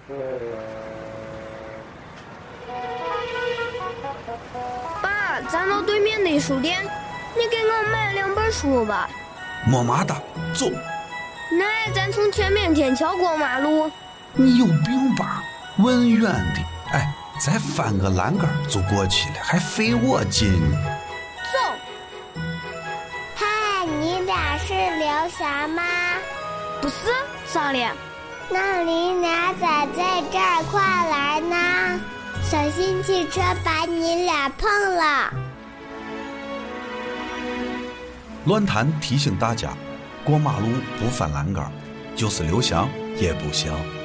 爸，咱到对面的书店，你给我买2本书吧。 没嘛的，走。 那咱从前面天桥过马路。 你有病吧？问远的，哎，再翻个栏杆就过去了，还费我劲。 走。 嗨，你俩是刘翔吗？ 不是，咋了？ 那你俩咋在这儿跨栏呢？小心汽车把你俩碰了。 乱谈提醒大家，过马路不翻栏杆，就是刘翔也不行。